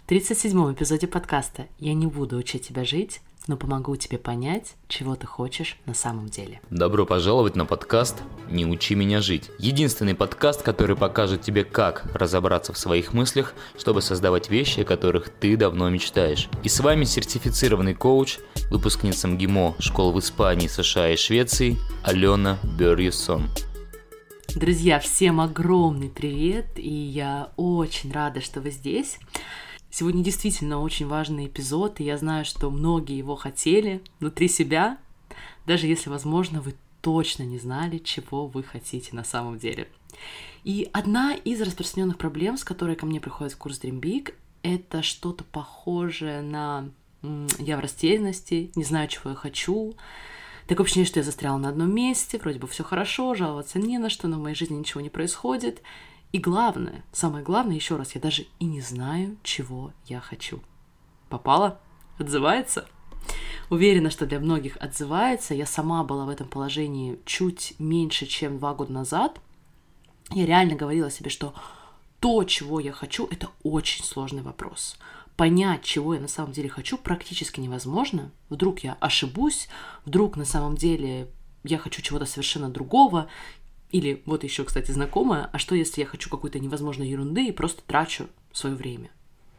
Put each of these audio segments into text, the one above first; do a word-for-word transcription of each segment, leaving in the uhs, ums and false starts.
тридцать седьмом эпизоде подкаста «Я не буду учить тебя жить, но помогу тебе понять, чего ты хочешь на самом деле». Добро пожаловать на подкаст «Не учи меня жить». Единственный подкаст, который покажет тебе, как разобраться в своих мыслях, чтобы создавать вещи, о которых ты давно мечтаешь. И с вами сертифицированный коуч, выпускница МГИМО школ в Испании, США и Швеции Алена Бёрьюсон. Друзья, всем огромный привет, и я очень рада, что вы здесь. Сегодня действительно очень важный эпизод, и я знаю, что многие его хотели внутри себя, даже если, возможно, вы точно не знали, чего вы хотите на самом деле. И одна из распространенных проблем, с которой ко мне приходит в курс Dream Big, это что-то похожее на «я в растерянности, не знаю, чего я хочу», такое ощущение, что я застряла на одном месте, вроде бы все хорошо, жаловаться не на что, но в моей жизни ничего не происходит. И главное, самое главное, еще раз, я даже и не знаю, чего я хочу. Попала? Отзывается? Уверена, что для многих отзывается. Я сама была в этом положении чуть меньше, чем два года назад. Я реально говорила себе, что то, чего я хочу, это очень сложный вопрос. Понять, чего я на самом деле хочу, практически невозможно. Вдруг я ошибусь, вдруг на самом деле я хочу чего-то совершенно другого. Или вот еще, кстати, знакомое, а что если я хочу какой-то невозможной ерунды и просто трачу свое время?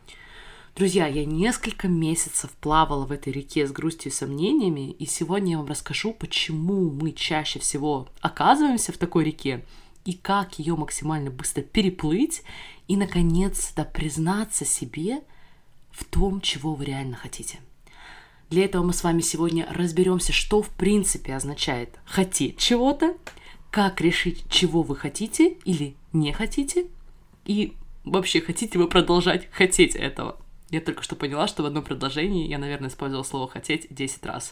Друзья, я несколько месяцев плавала в этой реке с грустью и сомнениями, и сегодня я вам расскажу, почему мы чаще всего оказываемся в такой реке, и как ее максимально быстро переплыть, и, наконец-то, признаться себе в том, чего вы реально хотите. Для этого мы с вами сегодня разберемся, что в принципе означает хотеть чего-то, как решить, чего вы хотите или не хотите, и вообще хотите вы продолжать хотеть этого. Я только что поняла, что в одном предложении я, наверное, использовала слово «хотеть» десять раз.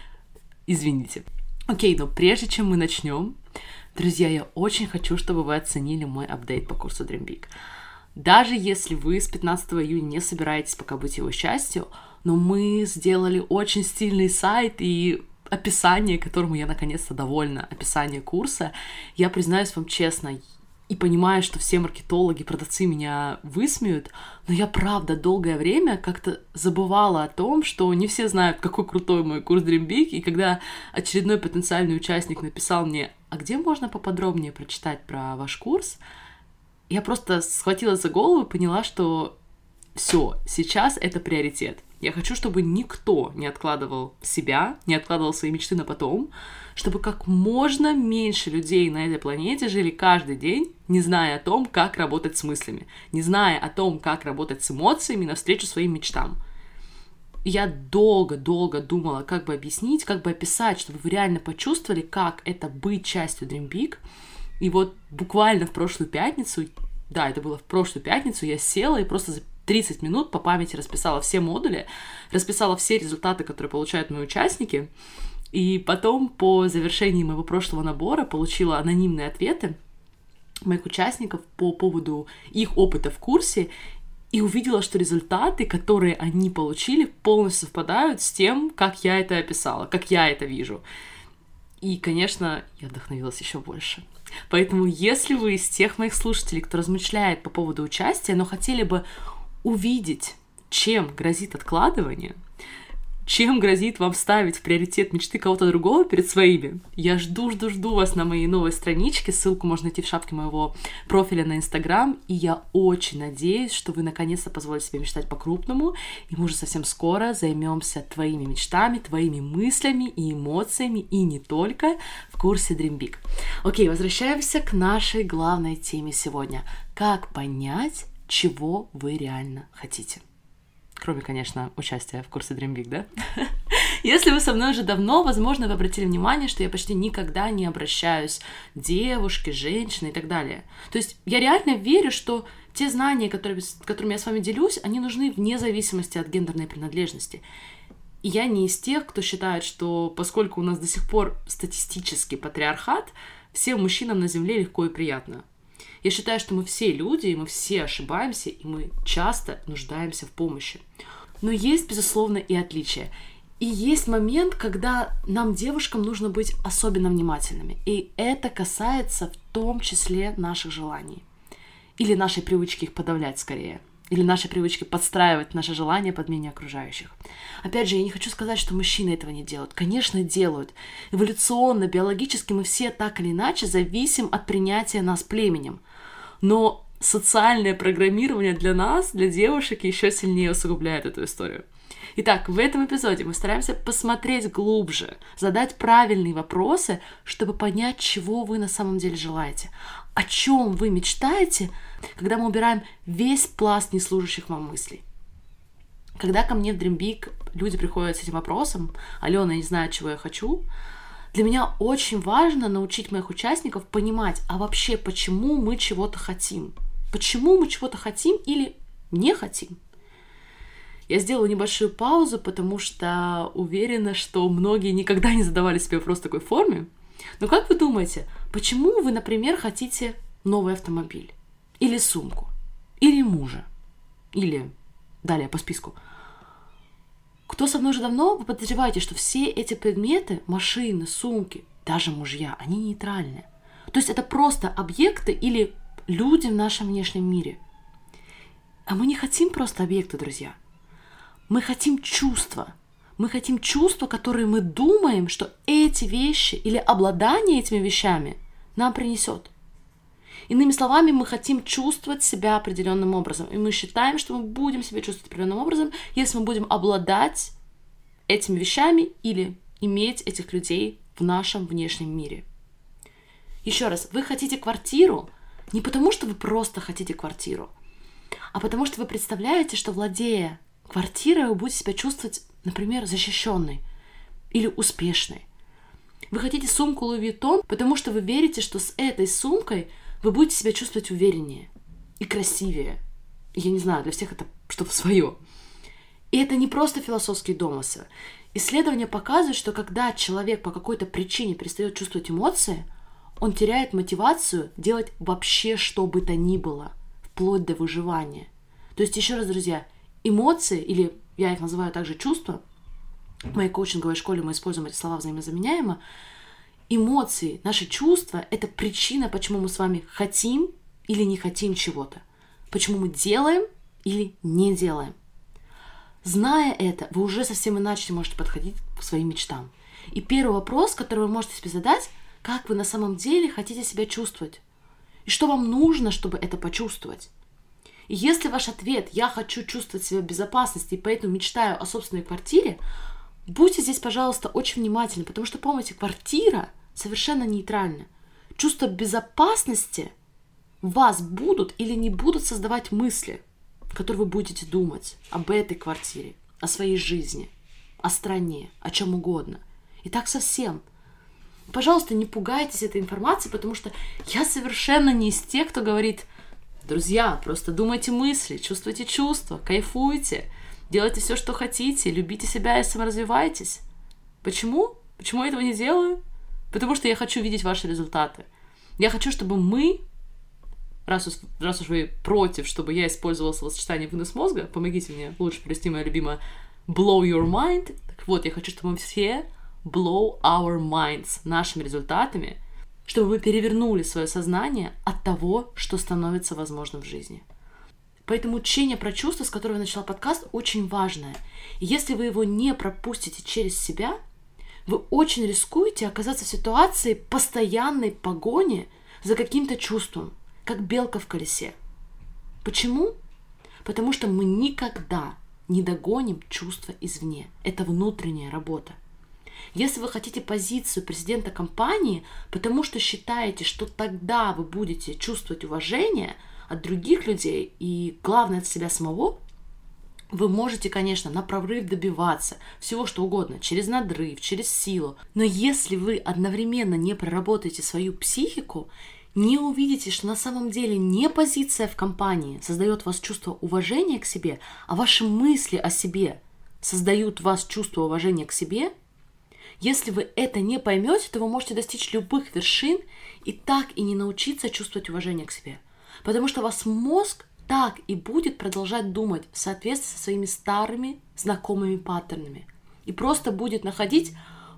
Извините. Окей, но прежде чем мы начнем, друзья, я очень хочу, чтобы вы оценили мой апдейт по курсу Dream Big. Даже если вы с пятнадцатого июня не собираетесь пока быть его частью, но мы сделали очень стильный сайт и описание, которому я наконец-то довольна, описание курса. Я признаюсь вам честно и понимаю, что все маркетологи, продавцы меня высмеют, но я правда долгое время как-то забывала о том, что не все знают, какой крутой мой курс Dream Big, и когда очередной потенциальный участник написал мне: «А где можно поподробнее прочитать про ваш курс?», я просто схватилась за голову и поняла, что все, сейчас это приоритет. Я хочу, чтобы никто не откладывал себя, не откладывал свои мечты на потом, чтобы как можно меньше людей на этой планете жили каждый день, не зная о том, как работать с мыслями, не зная о том, как работать с эмоциями навстречу своим мечтам. Я долго-долго думала, как бы объяснить, как бы описать, чтобы вы реально почувствовали, как это быть частью Dream Big. И вот буквально в прошлую пятницу, да, это было в прошлую пятницу, я села и просто за тридцать минут по памяти расписала все модули, расписала все результаты, которые получают мои участники, и потом по завершении моего прошлого набора получила анонимные ответы моих участников по поводу их опыта в курсе, и увидела, что результаты, которые они получили, полностью совпадают с тем, как я это описала, как я это вижу. И, конечно, я вдохновилась еще больше. Поэтому, если вы из тех моих слушателей, кто размышляет по поводу участия, но хотели бы увидеть, чем грозит откладывание, чем грозит вам ставить в приоритет мечты кого-то другого перед своими, я жду-жду-жду вас на моей новой страничке, ссылку можно найти в шапке моего профиля на Инстаграм, и я очень надеюсь, что вы наконец-то позволите себе мечтать по-крупному, и мы уже совсем скоро займемся твоими мечтами, твоими мыслями и эмоциями, и не только, в курсе Dream Big. Окей, возвращаемся к нашей главной теме сегодня. Как понять, чего вы реально хотите? Кроме, конечно, участия в курсе Dream Big, да? Если вы со мной уже давно, возможно, вы обратили внимание, что я почти никогда не обращаюсь к девушке, женщине и так далее. То есть я реально верю, что те знания, которые, которыми я с вами делюсь, они нужны вне зависимости от гендерной принадлежности. И я не из тех, кто считает, что поскольку у нас до сих пор статистически патриархат, всем мужчинам на Земле легко и приятно. Я считаю, что мы все люди, и мы все ошибаемся, и мы часто нуждаемся в помощи. Но есть, безусловно, и отличия. И есть момент, когда нам, девушкам, нужно быть особенно внимательными. И это касается в том числе наших желаний. Или нашей привычки их подавлять скорее. или наши привычки подстраивать наше желание под мнение окружающих. Опять же, я не хочу сказать, что мужчины этого не делают. Конечно, делают. Эволюционно, биологически мы все так или иначе зависим от принятия нас племенем. Но социальное программирование для нас, для девушек, еще сильнее усугубляет эту историю. Итак, в этом эпизоде мы стараемся посмотреть глубже, задать правильные вопросы, чтобы понять, чего вы на самом деле желаете, о чем вы мечтаете, когда мы убираем весь пласт неслужащих вам мыслей. Когда ко мне в Dream Big люди приходят с этим вопросом: «Алена, я не знаю, чего я хочу», для меня очень важно научить моих участников понимать, а вообще почему мы чего-то хотим. Почему мы чего-то хотим или не хотим. Я сделала небольшую паузу, потому что уверена, что многие никогда не задавали себе вопрос в такой форме. Но как вы думаете, почему вы, например, хотите новый автомобиль? Или сумку? Или мужа? Или, далее по списку. Кто со мной уже давно, вы подозреваете, что все эти предметы, машины, сумки, даже мужья, они нейтральны. То есть это просто объекты или люди в нашем внешнем мире. А мы не хотим просто объекты, друзья. Мы хотим чувства. Мы хотим чувства, которые мы думаем, что эти вещи или обладание этими вещами нам принесет. Иными словами, мы хотим чувствовать себя определенным образом. И мы считаем, что мы будем себя чувствовать определенным образом, если мы будем обладать этими вещами или иметь этих людей в нашем внешнем мире. Еще раз, вы хотите квартиру не потому, что вы просто хотите квартиру, а потому что вы представляете, что, владея квартирой, вы будете себя чувствовать, например, защищенной или успешной. Вы хотите сумку Луи Виттон, потому что вы верите, что с этой сумкой вы будете себя чувствовать увереннее и красивее. Я не знаю, для всех это что-то свое. И это не просто философские домыслы. Исследования показывают, что когда человек по какой-то причине перестает чувствовать эмоции, он теряет мотивацию делать вообще что бы то ни было, вплоть до выживания. То есть, еще раз, друзья, эмоции, или я их называю также чувства, в моей коучинговой школе мы используем эти слова взаимозаменяемо. Эмоции, наши чувства – это причина, почему мы с вами хотим или не хотим чего-то. Почему мы делаем или не делаем. Зная это, вы уже совсем иначе можете подходить к своим мечтам. И первый вопрос, который вы можете себе задать: как вы на самом деле хотите себя чувствовать? И что вам нужно, чтобы это почувствовать? И если ваш ответ «я хочу чувствовать себя в безопасности и поэтому мечтаю о собственной квартире», будьте здесь, пожалуйста, очень внимательны, потому что, помните, квартира совершенно нейтральна. Чувство безопасности вас будут или не будут создавать мысли, которые вы будете думать об этой квартире, о своей жизни, о стране, о чем угодно. И так совсем. Пожалуйста, не пугайтесь этой информации, потому что я совершенно не из тех, кто говорит: друзья, просто думайте мысли, чувствуйте чувства, кайфуйте, делайте все, что хотите, любите себя и саморазвивайтесь. Почему? Почему я этого не делаю? Потому что я хочу видеть ваши результаты. Я хочу, чтобы мы, раз уж, раз уж вы против, чтобы я использовала словосочетание «вынос мозга», помогите мне лучше перевести мое любимое «blow your mind». Так вот, я хочу, чтобы мы все blow our minds нашими результатами, чтобы вы перевернули свое сознание от того, что становится возможным в жизни. Поэтому учение про чувства, с которого я начала подкаст, очень важное. И если вы его не пропустите через себя, вы очень рискуете оказаться в ситуации постоянной погони за каким-то чувством, как белка в колесе. Почему? Потому что мы никогда не догоним чувства извне. Это внутренняя работа. Если вы хотите позицию президента компании, потому что считаете, что тогда вы будете чувствовать уважение от других людей и, главное, от себя самого, вы можете, конечно, на прорыв добиваться всего что угодно, через надрыв, через силу. Но если вы одновременно не проработаете свою психику, не увидите, что на самом деле не позиция в компании создает в вас чувство уважения к себе, а ваши мысли о себе создают в вас чувство уважения к себе, если вы это не поймете, то вы можете достичь любых вершин и так и не научиться чувствовать уважение к себе. Потому что ваш мозг так и будет продолжать думать в соответствии со своими старыми знакомыми паттернами. И просто будет находить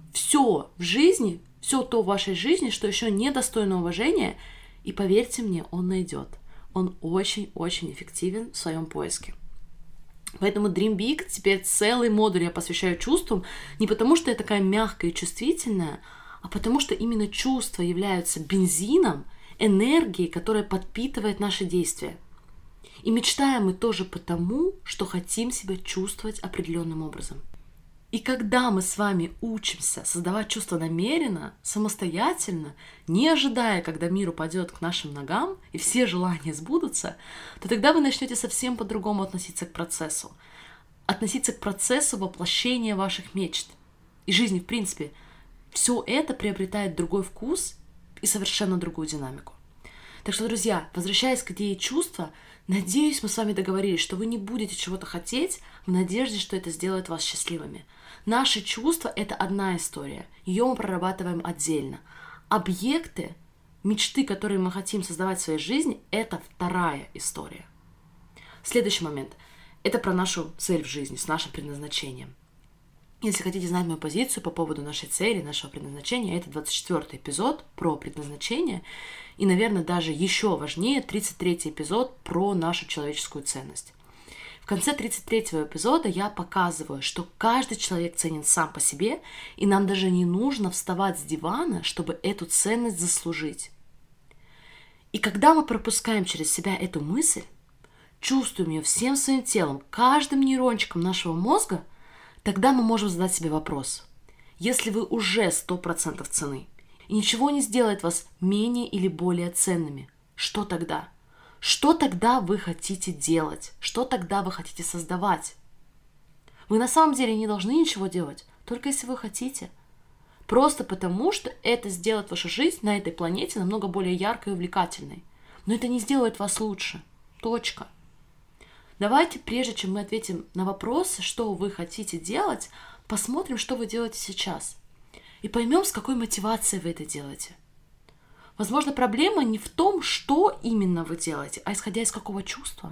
все в жизни, все то в вашей жизни, что еще недостойно уважения. И поверьте мне, он найдет. он очень-очень эффективен в своем поиске. Поэтому Dream Big теперь целый модуль я посвящаю чувствам, не потому что я такая мягкая и чувствительная, а потому что именно чувства являются бензином, энергией, которая подпитывает наши действия. И мечтаем мы тоже потому, что хотим себя чувствовать определенным образом. И когда мы с вами учимся создавать чувства намеренно, самостоятельно, не ожидая, когда мир упадет к нашим ногам и все желания сбудутся, то тогда вы начнете совсем по-другому относиться к процессу. Относиться к процессу воплощения ваших мечт. И жизни, в принципе, все это приобретает другой вкус и совершенно другую динамику. Так что, друзья, возвращаясь к идее чувства, надеюсь, мы с вами договорились, что вы не будете чего-то хотеть в надежде, что это сделает вас счастливыми. Наши чувства — это одна история, ее мы прорабатываем отдельно. Объекты, мечты, которые мы хотим создавать в своей жизни, это вторая история. Следующий момент — это про нашу цель в жизни, с нашим предназначением. Если хотите знать мою позицию по поводу нашей цели, нашего предназначения, это двадцать четвёртый эпизод про предназначение, и, наверное, даже еще важнее, тридцать третий эпизод про нашу человеческую ценность. В конце тридцать третьего эпизода я показываю, что каждый человек ценен сам по себе, и нам даже не нужно вставать с дивана, чтобы эту ценность заслужить. И когда мы пропускаем через себя эту мысль, чувствуем ее всем своим телом, каждым нейрончиком нашего мозга, тогда мы можем задать себе вопрос. Если вы уже сто процентов ценны, и ничего не сделает вас менее или более ценными, что тогда? Что тогда вы хотите делать? Что тогда вы хотите создавать? Вы на самом деле не должны ничего делать, только если вы хотите. Просто потому, что это сделает вашу жизнь на этой планете намного более яркой и увлекательной. Но это не сделает вас лучше. Точка. Давайте, прежде чем мы ответим на вопросы, что вы хотите делать, посмотрим, что вы делаете сейчас. И поймем, с какой мотивацией вы это делаете. Возможно, проблема не в том, что именно вы делаете, а исходя из какого чувства.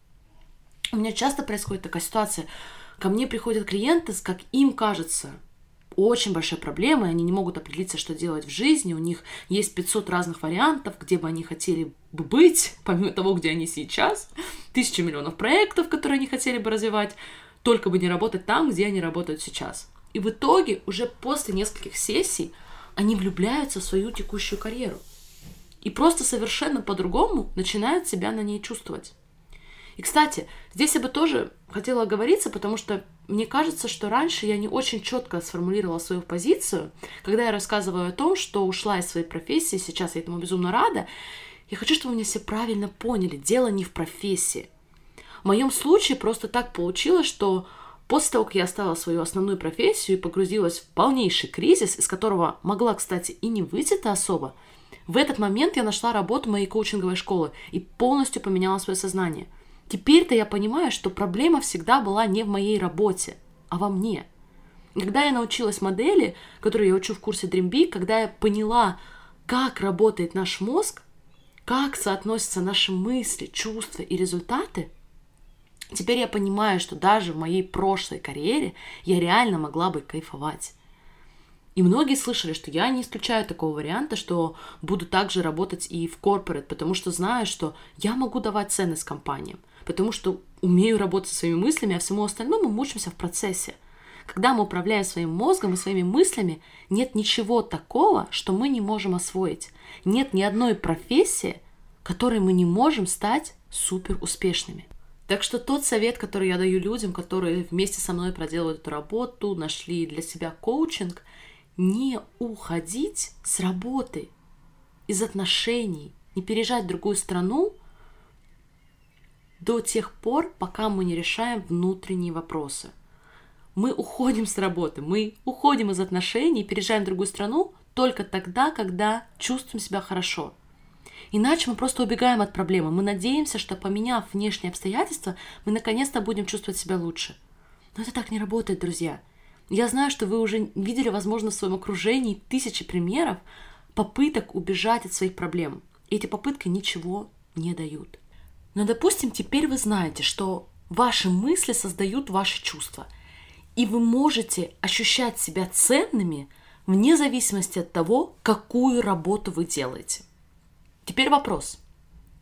У меня часто происходит такая ситуация. Ко мне приходят клиенты с, как им кажется, очень большой проблемой. Они не могут определиться, что делать в жизни. У них есть пятьсот разных вариантов, где бы они хотели бы быть, помимо того, где они сейчас. Тысячи миллионов проектов, которые они хотели бы развивать, только бы не работать там, где они работают сейчас. И в итоге уже после нескольких сессий они влюбляются в свою текущую карьеру. И просто совершенно по-другому начинают себя на ней чувствовать. И, кстати, здесь я бы тоже хотела оговориться, потому что мне кажется, что раньше я не очень четко сформулировала свою позицию, когда я рассказываю о том, что ушла из своей профессии, сейчас я этому безумно рада. Я хочу, чтобы вы меня все правильно поняли. Дело не в профессии. В моем случае просто так получилось, что после того, как я оставила свою основную профессию и погрузилась в полнейший кризис, из которого могла, кстати, и не выйти-то особо, в этот момент я нашла работу моей коучинговой школы и полностью поменяла свое сознание. Теперь-то я понимаю, что проблема всегда была не в моей работе, а во мне. И когда я научилась модели, которую я учу в курсе Dream Big, когда я поняла, как работает наш мозг, как соотносятся наши мысли, чувства и результаты, теперь я понимаю, что даже в моей прошлой карьере я реально могла бы кайфовать. И многие слышали, что я не исключаю такого варианта, что буду также работать и в корпорат, потому что знаю, что я могу давать ценность компаниям, потому что умею работать со своими мыслями, а всему остальному мы учимся в процессе. Когда мы управляем своим мозгом и своими мыслями, нет ничего такого, что мы не можем освоить. Нет ни одной профессии, которой мы не можем стать супер успешными. Так что тот совет, который я даю людям, которые вместе со мной проделывают эту работу, нашли для себя коучинг, не уходить с работы, из отношений, не переезжать в другую страну до тех пор, пока мы не решаем внутренние вопросы. Мы уходим с работы, мы уходим из отношений и переезжаем в другую страну только тогда, когда чувствуем себя хорошо. Иначе мы просто убегаем от проблемы. Мы надеемся, что, поменяв внешние обстоятельства, мы наконец-то будем чувствовать себя лучше. Но это так не работает, друзья. Я знаю, что вы уже видели, возможно, в своем окружении тысячи примеров попыток убежать от своих проблем. И эти попытки ничего не дают. Но, допустим, теперь вы знаете, что ваши мысли создают ваши чувства. И вы можете ощущать себя ценными вне зависимости от того, какую работу вы делаете. Теперь вопрос.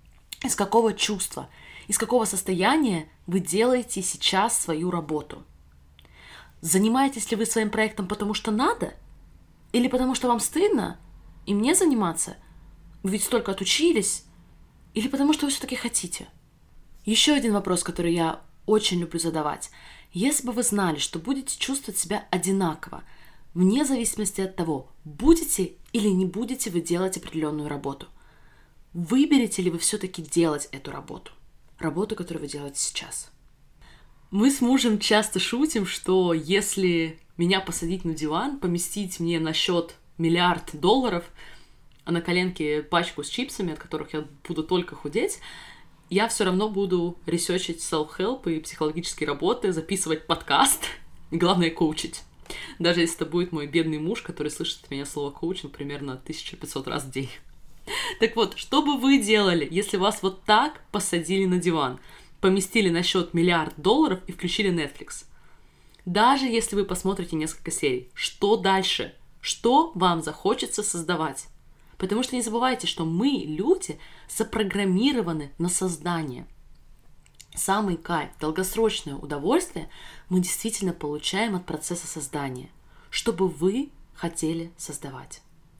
из какого чувства, из какого состояния вы делаете сейчас свою работу. Занимаетесь ли вы своим проектом потому, что надо? Или потому, что вам стыдно им не заниматься? Вы ведь столько отучились. Или потому, что вы все-таки хотите? Еще один вопрос, который я очень люблю задавать. Если бы вы знали, что будете чувствовать себя одинаково, вне зависимости от того, будете или не будете вы делать определенную работу, выберете ли вы все-таки делать эту работу? Работу, которую вы делаете сейчас. Мы с мужем часто шутим, что если меня посадить на диван, поместить мне на счет миллиард долларов, а на коленке пачку с чипсами, от которых я буду только худеть, я все равно буду ресерчить self-help и психологические работы, записывать подкаст и, главное, коучить. Даже если это будет мой бедный муж, который слышит от меня слово коучинг примерно тысяча пятьсот раз в день. Так вот, что бы вы делали, если вас вот так посадили на диван, поместили на счет миллиард долларов и включили Netflix? Даже если вы посмотрите несколько серий, что дальше? Что вам захочется создавать? Потому что не забывайте, что мы, люди, запрограммированы на создание. Самый кайф, долгосрочное удовольствие мы действительно получаем от процесса создания. Что бы вы хотели создавать?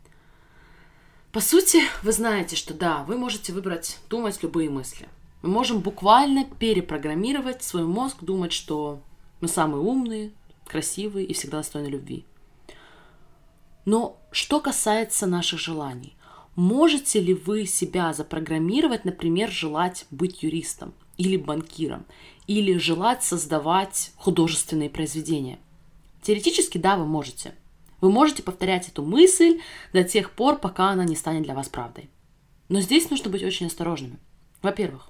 По сути, вы знаете, что да, вы можете выбрать думать любые мысли. Мы можем буквально перепрограммировать свой мозг, думать, что мы самые умные, красивые и всегда достойны любви. Но что касается наших желаний, можете ли вы себя запрограммировать, например, желать быть юристом или банкиром, или желать создавать художественные произведения? Теоретически, да, вы можете. Вы можете повторять эту мысль до тех пор, пока она не станет для вас правдой. Но здесь нужно быть очень осторожными. Во-первых,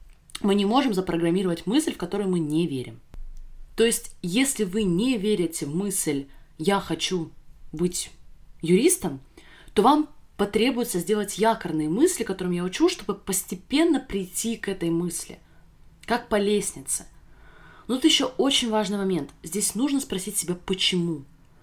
мы не можем запрограммировать мысль, в которую мы не верим. То есть, если вы не верите в мысль «я хочу быть юристом», то вам потребуется сделать якорные мысли, которым я учу, чтобы постепенно прийти к этой мысли, как по лестнице. Но тут еще очень важный момент. Здесь нужно спросить себя «почему?».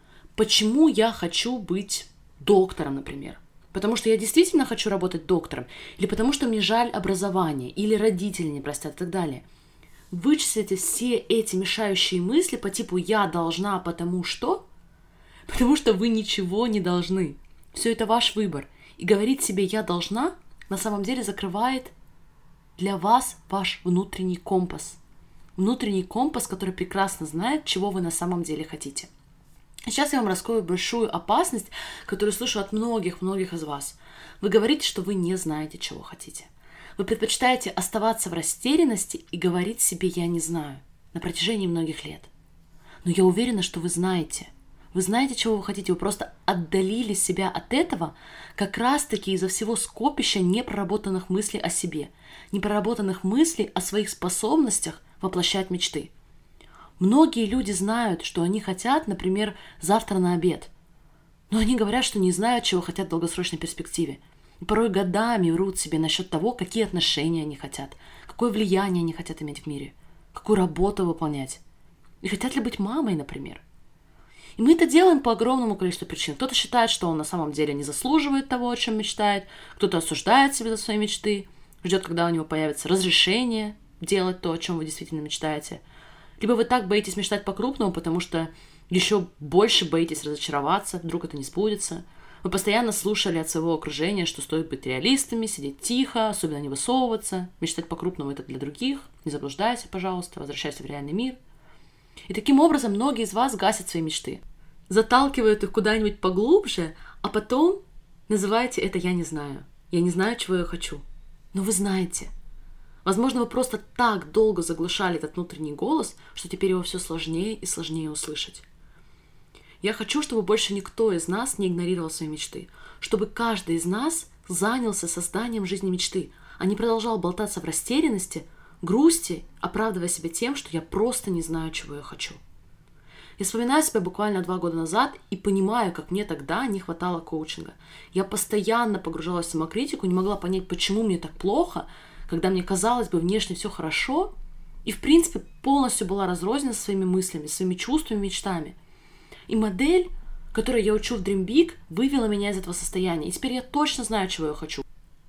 Почему я хочу быть доктором, например? Потому что я действительно хочу работать доктором, или потому что мне жаль образования, или родители не простят и так далее. Вычислите все эти мешающие мысли по типу «я должна, потому что…», потому что вы ничего не должны. Все это ваш выбор. И говорить себе «я должна» на самом деле закрывает для вас ваш внутренний компас. Внутренний компас, который прекрасно знает, чего вы на самом деле хотите. Сейчас я вам раскрою большую опасность, которую слышу от многих-многих из вас. Вы говорите, что вы не знаете, чего хотите. Вы предпочитаете оставаться в растерянности и говорить себе «я не знаю» на протяжении многих лет. Но я уверена, что вы знаете. Вы знаете, чего вы хотите, вы просто отдалили себя от этого как раз-таки из-за всего скопища непроработанных мыслей о себе, непроработанных мыслей о своих способностях воплощать мечты. Многие люди знают, что они хотят, например, завтра на обед, но они говорят, что не знают, чего хотят в долгосрочной перспективе. И порой годами врут себе насчет того, какие отношения они хотят, какое влияние они хотят иметь в мире, какую работу выполнять. И хотят ли быть мамой, например. И мы это делаем по огромному количеству причин. Кто-то считает, что он на самом деле не заслуживает того, о чем мечтает, кто-то осуждает себя за свои мечты, ждет, когда у него появится разрешение делать то, о чем вы действительно мечтаете. Либо вы так боитесь мечтать по-крупному, потому что еще больше боитесь разочароваться, вдруг это не сбудется. Вы постоянно слушали от своего окружения, что стоит быть реалистами, сидеть тихо, особенно не высовываться. Мечтать по-крупному — это для других. Не заблуждайся, пожалуйста, возвращайся в реальный мир. И таким образом многие из вас гасят свои мечты. Заталкивают их куда-нибудь поглубже, а потом называете это «я не знаю». Я не знаю, чего я хочу. Но вы знаете. Возможно, вы просто так долго заглушали этот внутренний голос, что теперь его все сложнее и сложнее услышать. Я хочу, чтобы больше никто из нас не игнорировал свои мечты, чтобы каждый из нас занялся созданием жизни мечты, а не продолжал болтаться в растерянности, грусти, оправдывая себя тем, что я просто не знаю, чего я хочу. Я вспоминаю себя буквально два года назад и понимаю, как мне тогда не хватало коучинга. Я постоянно погружалась в самокритику, не могла понять, почему мне так плохо, когда мне казалось бы, внешне все хорошо, и, в принципе, полностью была разрознена своими мыслями, своими чувствами, мечтами. И модель, которую я учу в Dream Big, вывела меня из этого состояния. И теперь я точно знаю, чего я хочу.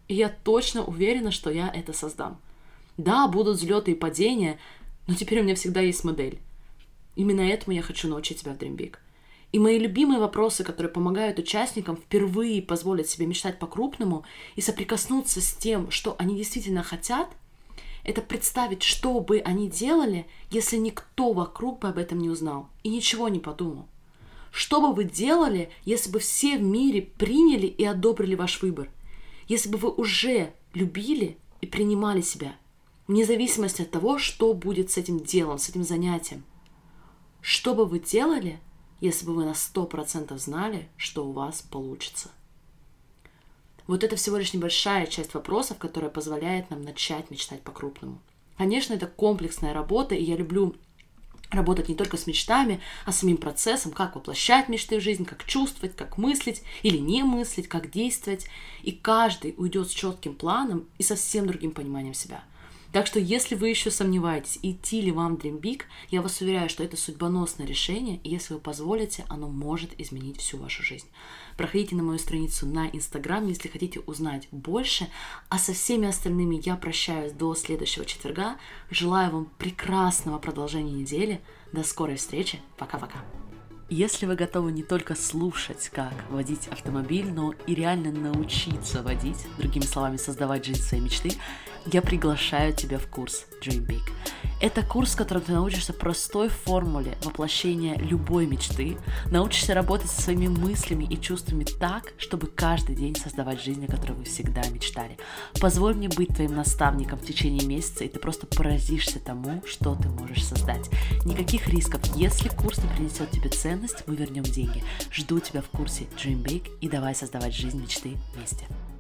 И я точно уверена, что я это создам. Да, будут взлеты и падения, но теперь у меня всегда есть модель. Именно этому я хочу научить тебя в Dream Big. И мои любимые вопросы, которые помогают участникам впервые позволить себе мечтать по-крупному и соприкоснуться с тем, что они действительно хотят, это представить, что бы они делали, если никто вокруг бы об этом не узнал и ничего не подумал. Что бы вы делали, если бы все в мире приняли и одобрили ваш выбор? Если бы вы уже любили и принимали себя, вне зависимости от того, что будет с этим делом, с этим занятием? Что бы вы делали, если бы вы на сто процентов знали, что у вас получится? Вот это всего лишь небольшая часть вопросов, которая позволяет нам начать мечтать по-крупному. Конечно, это комплексная работа, и я люблю работать не только с мечтами, а с самим процессом, как воплощать мечты в жизнь, как чувствовать, как мыслить или не мыслить, как действовать. И каждый уйдет с четким планом и совсем другим пониманием себя. Так что, если вы еще сомневаетесь, идти ли вам в Dream Big, я вас уверяю, что это судьбоносное решение, и если вы позволите, оно может изменить всю вашу жизнь. Проходите на мою страницу на Инстаграм, если хотите узнать больше, а со всеми остальными я прощаюсь до следующего четверга. Желаю вам прекрасного продолжения недели. До скорой встречи. Пока-пока. Если вы готовы не только слушать, как водить автомобиль, но и реально научиться водить, другими словами, создавать жизнь своей мечты, я приглашаю тебя в курс Dream Big. Это курс, в котором ты научишься простой формуле воплощения любой мечты, научишься работать со своими мыслями и чувствами так, чтобы каждый день создавать жизнь, о которой вы всегда мечтали. Позволь мне быть твоим наставником в течение месяца, и ты просто поразишься тому, что ты можешь создать. Никаких рисков. Если курс не принесет тебе ценность, мы вернем деньги. Жду тебя в курсе Dream Big и давай создавать жизнь мечты вместе.